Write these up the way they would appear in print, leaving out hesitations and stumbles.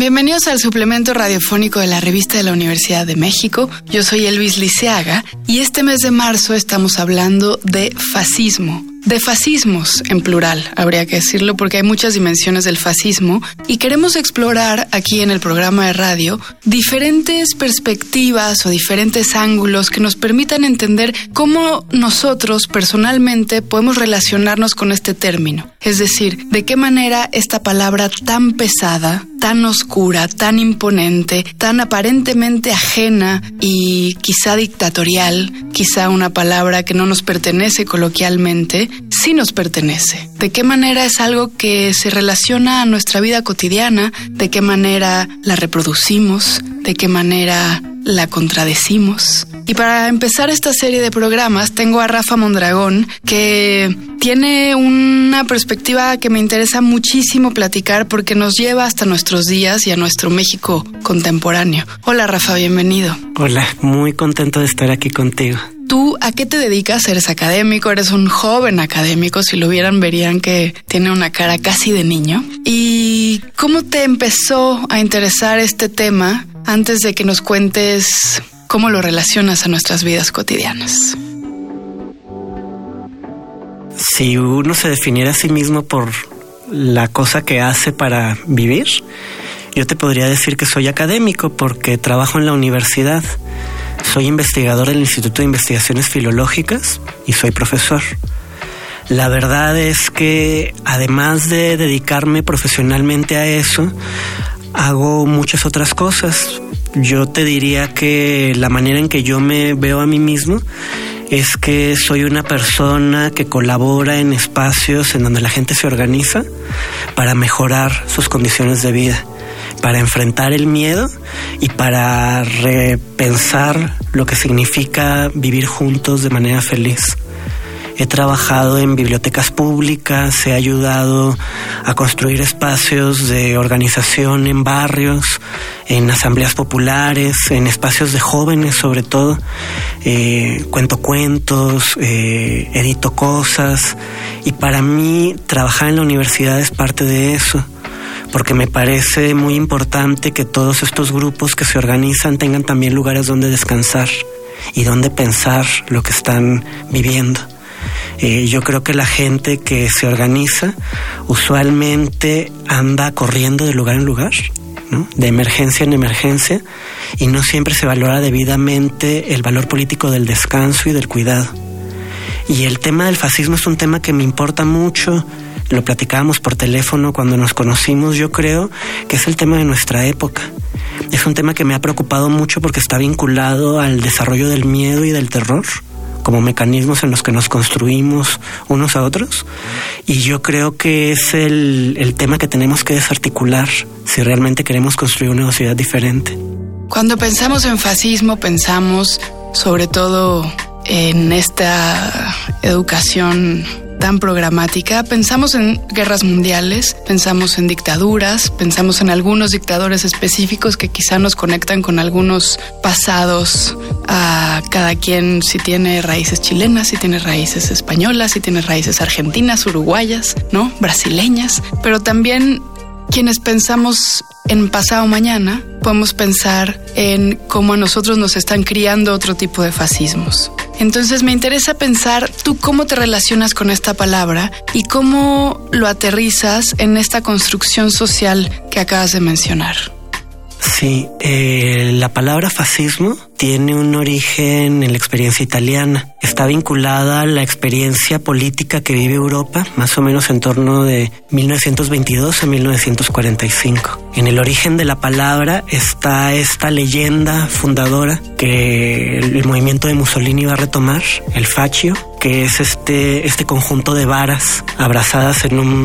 Bienvenidos al suplemento radiofónico de la Revista de la Universidad de México. Yo soy Elvis Liceaga y este mes de marzo estamos hablando de fascismo. De fascismos en plural, habría que decirlo, porque hay muchas dimensiones del fascismo y queremos explorar aquí en el programa de radio diferentes perspectivas o diferentes ángulos que nos permitan entender cómo nosotros personalmente podemos relacionarnos con este término. Es decir, de qué manera esta palabra tan pesada, tan oscura, tan imponente, tan aparentemente ajena y quizá dictatorial, quizá una palabra que no nos pertenece coloquialmente, sí nos pertenece. ¿De qué manera es algo que se relaciona a nuestra vida cotidiana? ¿De qué manera la reproducimos? ¿De qué manera la contradecimos? Y para empezar esta serie de programas tengo a Rafa Mondragón, que tiene una perspectiva que me interesa muchísimo platicar porque nos lleva hasta nuestros días y a nuestro México contemporáneo. Hola Rafa, bienvenido. Hola, muy contento de estar aquí contigo. ¿Tú a qué te dedicas? ¿Eres académico? ¿Eres un joven académico? Si lo vieran, verían que tiene una cara casi de niño. ¿Y cómo te empezó a interesar este tema antes de que nos cuentes cómo lo relacionas a nuestras vidas cotidianas? Si uno se definiera a sí mismo por la cosa que hace para vivir, yo te podría decir que soy académico porque trabajo en la universidad. Soy investigador del Instituto de Investigaciones Filológicas y soy profesor. La verdad es que además de dedicarme profesionalmente a eso, hago muchas otras cosas. Yo te diría que la manera en que yo me veo a mí mismo es que soy una persona que colabora en espacios en donde la gente se organiza para mejorar sus condiciones de vida, para enfrentar el miedo y para repensar lo que significa vivir juntos de manera feliz. He trabajado en bibliotecas públicas, he ayudado a construir espacios de organización en barrios, en asambleas populares, en espacios de jóvenes sobre todo. Cuento cuentos, edito cosas y para mí trabajar en la universidad es parte de eso, porque me parece muy importante que todos estos grupos que se organizan tengan también lugares donde descansar y donde pensar lo que están viviendo. Yo creo que la gente que se organiza usualmente anda corriendo de lugar en lugar, ¿no? De emergencia en emergencia, y no siempre se valora debidamente el valor político del descanso y del cuidado. Y el tema del fascismo es un tema que me importa mucho. Lo platicábamos por teléfono cuando nos conocimos. Yo creo que es el tema de nuestra época. Es un tema que me ha preocupado mucho porque está vinculado al desarrollo del miedo y del terror como mecanismos en los que nos construimos unos a otros. Y yo creo que es el tema que tenemos que desarticular si realmente queremos construir una sociedad diferente. Cuando pensamos en fascismo, pensamos sobre todo en esta educación tan programática, pensamos en guerras mundiales, pensamos en dictaduras, pensamos en algunos dictadores específicos que quizá nos conectan con algunos pasados a cada quien, si tiene raíces chilenas, si tiene raíces españolas, si tiene raíces argentinas, uruguayas, ¿no? Brasileñas, pero también quienes pensamos en pasado mañana, podemos pensar en cómo a nosotros nos están criando otro tipo de fascismos. Entonces me interesa pensar tú cómo te relacionas con esta palabra y cómo lo aterrizas en esta construcción social que acabas de mencionar. Sí, la palabra fascismo tiene un origen en la experiencia italiana. Está vinculada a la experiencia política que vive Europa, más o menos en torno de 1922 a 1945. En el origen de la palabra está esta leyenda fundadora que el movimiento de Mussolini va a retomar, el Fascio, que es este conjunto de varas abrazadas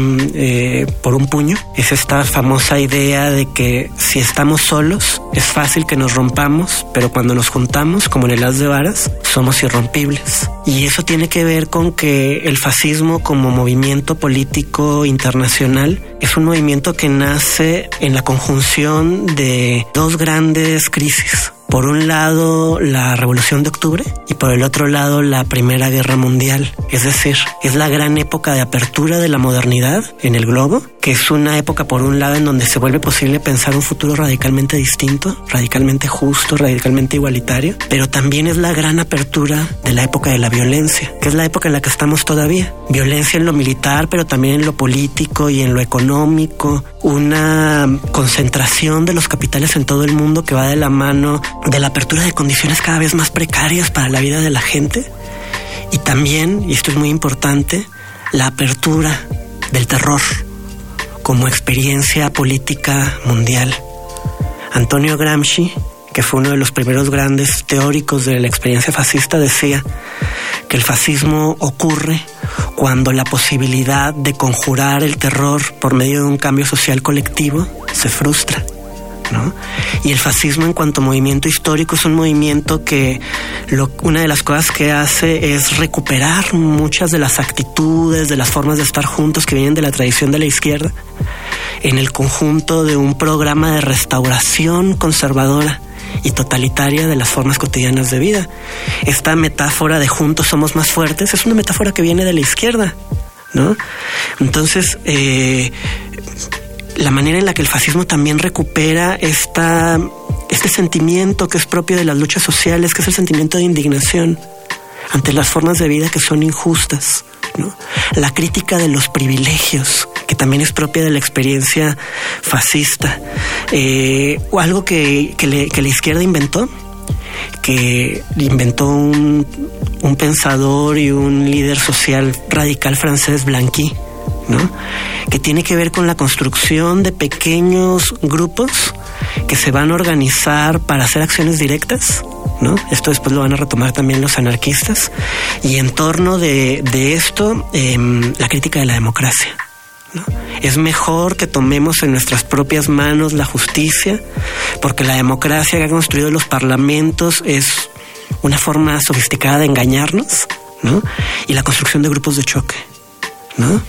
por un puño. Es esta famosa idea de que si estamos solos es fácil que nos rompamos, pero cuando nos juntamos, como en el haz de varas, somos irrompibles. Y eso tiene que ver con que el fascismo como movimiento político internacional es un movimiento que nace en la conjunción de dos grandes crisis. Por un lado, la Revolución de Octubre y por el otro lado, la Primera Guerra Mundial. Es decir, es la gran época de apertura de la modernidad en el globo, que es una época, por un lado, en donde se vuelve posible pensar un futuro radicalmente distinto, radicalmente justo, radicalmente igualitario, pero también es la gran apertura de la época de la violencia, que es la época en la que estamos todavía. Violencia en lo militar, pero también en lo político y en lo económico. Una concentración de los capitales en todo el mundo que va de la mano de la apertura de condiciones cada vez más precarias para la vida de la gente. Y también, y esto es muy importante, la apertura del terror como experiencia política mundial. Antonio Gramsci, que fue uno de los primeros grandes teóricos de la experiencia fascista, decía que el fascismo ocurre cuando la posibilidad de conjurar el terror por medio de un cambio social colectivo se frustra, ¿no? Y el fascismo, en cuanto a movimiento histórico, es un movimiento que una de las cosas que hace es recuperar muchas de las actitudes, de las formas de estar juntos que vienen de la tradición de la izquierda, en el conjunto de un programa de restauración conservadora y totalitaria de las formas cotidianas de vida. Esta metáfora de juntos somos más fuertes es una metáfora que viene de la izquierda, ¿no? Entonces, la manera en la que el fascismo también recupera este sentimiento que es propio de las luchas sociales, que es el sentimiento de indignación ante las formas de vida que son injustas, ¿no? La crítica de los privilegios, que también es propia de la experiencia fascista. O algo que la izquierda inventó, que inventó un pensador y un líder social radical francés, Blanqui, ¿no? Que tiene que ver con la construcción de pequeños grupos que se van a organizar para hacer acciones directas, ¿no? Esto después lo van a retomar también los anarquistas. Y en torno de esto, la crítica de la democracia, ¿no? Es mejor que tomemos en nuestras propias manos la justicia, porque la democracia que ha construido los parlamentos es una forma sofisticada de engañarnos, ¿no? Y la construcción de grupos de choque, ¿no?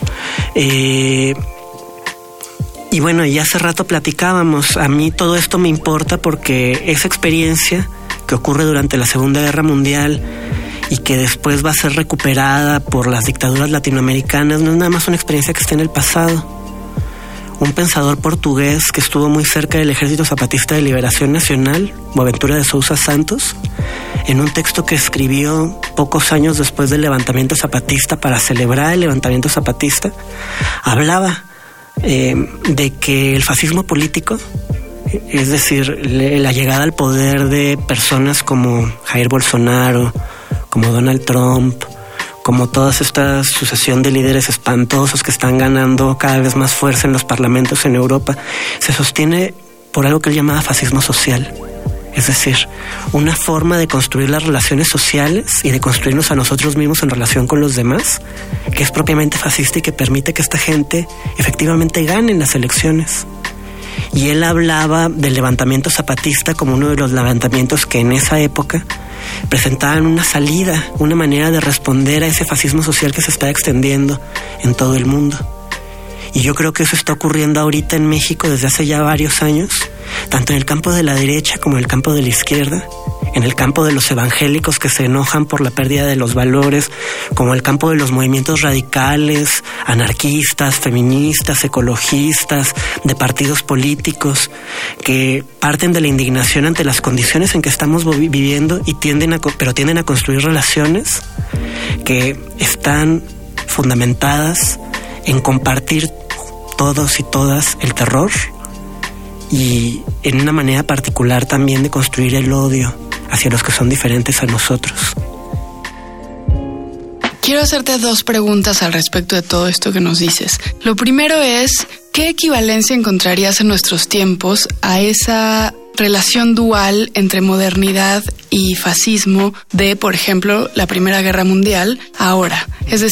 Y bueno, ya hace rato platicábamos, a mí todo esto me importa porque esa experiencia que ocurre durante la Segunda Guerra Mundial y que después va a ser recuperada por las dictaduras latinoamericanas, no es nada más una experiencia que está en el pasado. Un pensador portugués que estuvo muy cerca del Ejército Zapatista de Liberación Nacional, Boaventura de Sousa Santos, en un texto que escribió pocos años después del levantamiento zapatista para celebrar el levantamiento zapatista, hablaba de que el fascismo político, es decir, la llegada al poder de personas como Jair Bolsonaro, como Donald Trump, como toda esta sucesión de líderes espantosos que están ganando cada vez más fuerza en los parlamentos en Europa, se sostiene por algo que él llamaba fascismo social. Es decir, una forma de construir las relaciones sociales y de construirnos a nosotros mismos en relación con los demás, que es propiamente fascista y que permite que esta gente efectivamente gane en las elecciones. Y él hablaba del levantamiento zapatista como uno de los levantamientos que en esa época presentaban una salida, una manera de responder a ese fascismo social que se está extendiendo en todo el mundo. Y yo creo que eso está ocurriendo ahorita en México desde hace ya varios años, tanto en el campo de la derecha como en el campo de la izquierda, en el campo de los evangélicos que se enojan por la pérdida de los valores, como el campo de los movimientos radicales, anarquistas, feministas, ecologistas, de partidos políticos, que parten de la indignación ante las condiciones en que estamos viviendo y tienden a construir relaciones que están fundamentadas en compartir todos y todas el terror y en una manera particular también de construir el odio hacia los que son diferentes a nosotros. Quiero hacerte dos preguntas al respecto de todo esto que nos dices. Lo primero es, ¿qué equivalencia encontrarías en nuestros tiempos a esa relación dual entre modernidad y fascismo de, por ejemplo, la Primera Guerra Mundial ahora? Es decir,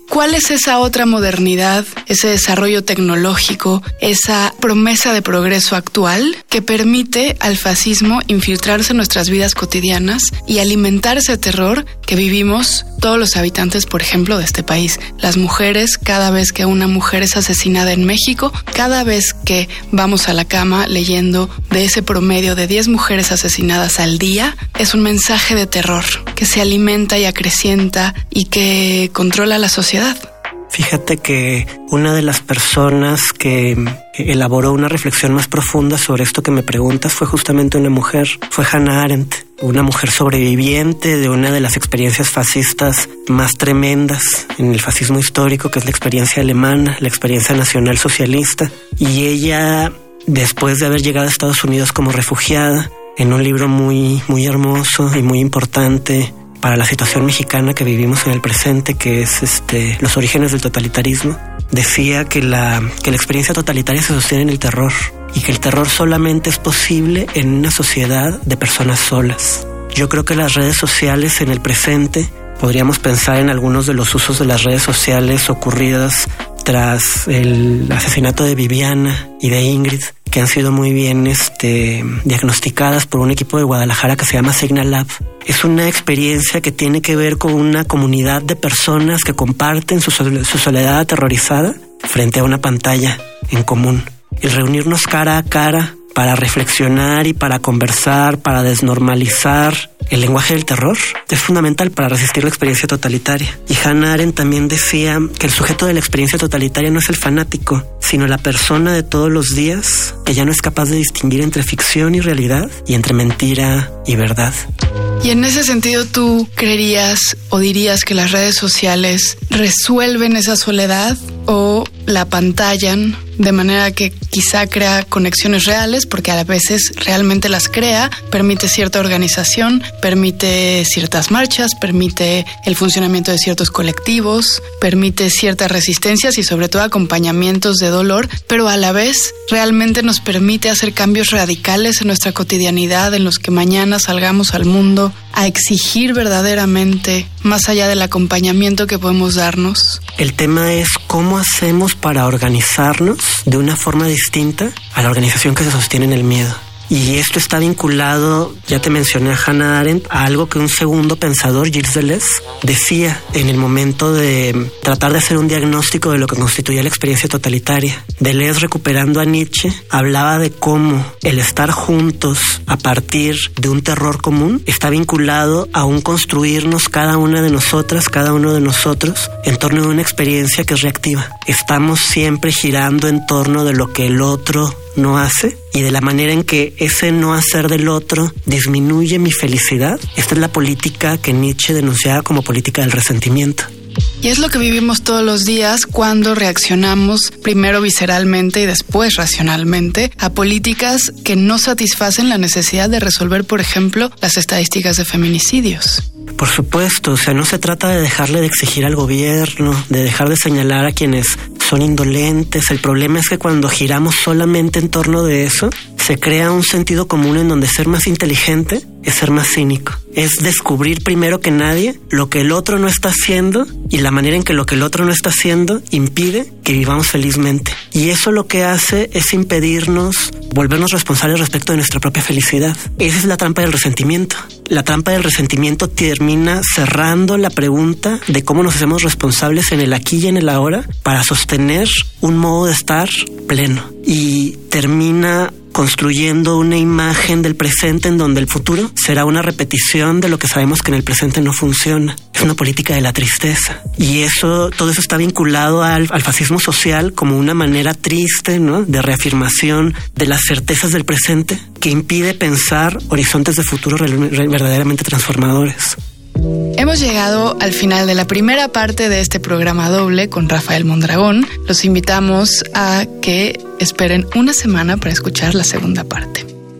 ¿cuál es esa otra modernidad, ese desarrollo tecnológico, esa promesa de progreso actual que permite al fascismo infiltrarse en nuestras vidas cotidianas y alimentar ese terror que vivimos todos los habitantes, por ejemplo, de este país? Las mujeres, cada vez que una mujer es asesinada en México, cada vez que vamos a la cama leyendo de ese promedio de 10 mujeres asesinadas al día, es un mensaje de terror que se alimenta y acrecienta y que controla la sociedad. Fíjate que una de las personas que elaboró una reflexión más profunda sobre esto que me preguntas fue justamente una mujer, fue Hannah Arendt, una mujer sobreviviente de una de las experiencias fascistas más tremendas en el fascismo histórico, que es la experiencia alemana, la experiencia nacional socialista. Y ella, después de haber llegado a Estados Unidos como refugiada, en un libro muy, muy hermoso y muy importante para la situación mexicana que vivimos en el presente, que es Los orígenes del totalitarismo, decía que la experiencia totalitaria se sostiene en el terror y que el terror solamente es posible en una sociedad de personas solas. Yo creo que las redes sociales en el presente, podríamos pensar en algunos de los usos de las redes sociales ocurridos tras el asesinato de Viviana y de Ingrid, que han sido muy bien diagnosticadas por un equipo de Guadalajara que se llama Signal Lab. Es una experiencia que tiene que ver con una comunidad de personas que comparten su soledad aterrorizada frente a una pantalla en común. El reunirnos cara a cara para reflexionar y para conversar, para desnormalizar el lenguaje del terror, es fundamental para resistir la experiencia totalitaria. Y Hannah Arendt también decía que el sujeto de la experiencia totalitaria no es el fanático, sino la persona de todos los días que ya no es capaz de distinguir entre ficción y realidad y entre mentira y verdad. Y en ese sentido, ¿tú creerías o dirías que las redes sociales resuelven esa soledad o la apantallan de manera que quizá crea conexiones reales, porque a veces realmente las crea, permite cierta organización, permite ciertas marchas, permite el funcionamiento de ciertos colectivos, permite ciertas resistencias y sobre todo acompañamientos de dolor, pero a la vez realmente nos permite hacer cambios radicales en nuestra cotidianidad, en los que mañana salgamos al mundo a exigir verdaderamente, más allá del acompañamiento que podemos darnos? El tema es cómo hacemos para organizarnos de una forma distinta a la organización que se sostiene en el miedo. Y esto está vinculado, ya te mencioné a Hannah Arendt, a algo que un segundo pensador, Gilles Deleuze, decía en el momento de tratar de hacer un diagnóstico de lo que constituía la experiencia totalitaria. Deleuze, recuperando a Nietzsche, hablaba de cómo el estar juntos a partir de un terror común está vinculado a un construirnos cada una de nosotras, cada uno de nosotros, en torno de una experiencia que es reactiva. Estamos siempre girando en torno de lo que el otro no hace y de la manera en que ese no hacer del otro disminuye mi felicidad. Esta es la política que Nietzsche denunciaba como política del resentimiento. Y es lo que vivimos todos los días cuando reaccionamos primero visceralmente y después racionalmente a políticas que no satisfacen la necesidad de resolver, por ejemplo, las estadísticas de feminicidios. Por supuesto, o sea, no se trata de dejarle de exigir al gobierno, de dejar de señalar a quienes son indolentes. El problema es que cuando giramos solamente en torno de eso, se crea un sentido común en donde ser más inteligente es ser más cínico. Es descubrir primero que nadie lo que el otro no está haciendo y la manera en que lo que el otro no está haciendo impide que vivamos felizmente. Y eso lo que hace es impedirnos volvernos responsables respecto de nuestra propia felicidad. Esa es la trampa del resentimiento. La trampa del resentimiento termina cerrando la pregunta de cómo nos hacemos responsables en el aquí y en el ahora para sostener un modo de estar pleno. Y termina construyendo una imagen del presente en donde el futuro será una repetición de lo que sabemos que en el presente no funciona. Es una política de la tristeza. Y todo eso está vinculado al fascismo social como una manera triste, ¿no?, de reafirmación de las certezas del presente que impide pensar horizontes de futuro verdaderamente transformadores. Hemos llegado al final de la primera parte de este programa doble con Rafael Mondragón. Los invitamos a que esperen una semana para escuchar la segunda parte.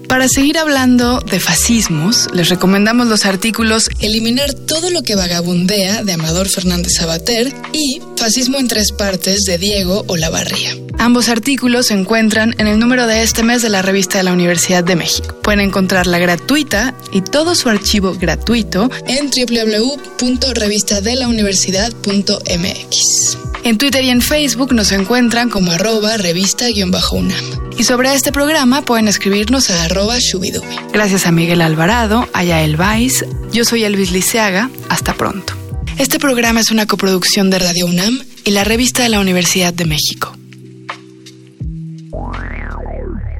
Para seguir hablando de fascismos, les recomendamos los artículos Eliminar todo lo que vagabundea, de Amador Fernández Sabater, y Fascismo en 3 partes, de Diego Olavarría. Ambos artículos se encuentran en el número de este mes de la revista de la Universidad de México. Pueden encontrarla gratuita y todo su archivo gratuito en www.revistadelauniversidad.mx. En Twitter y en Facebook nos encuentran como @revista_UNAM. Y sobre este programa pueden escribirnos a @shubidubi. Gracias a Miguel Alvarado, a Yael Weiss. Yo soy Elvis Liceaga. Hasta pronto. Este programa es una coproducción de Radio UNAM y la revista de la Universidad de México.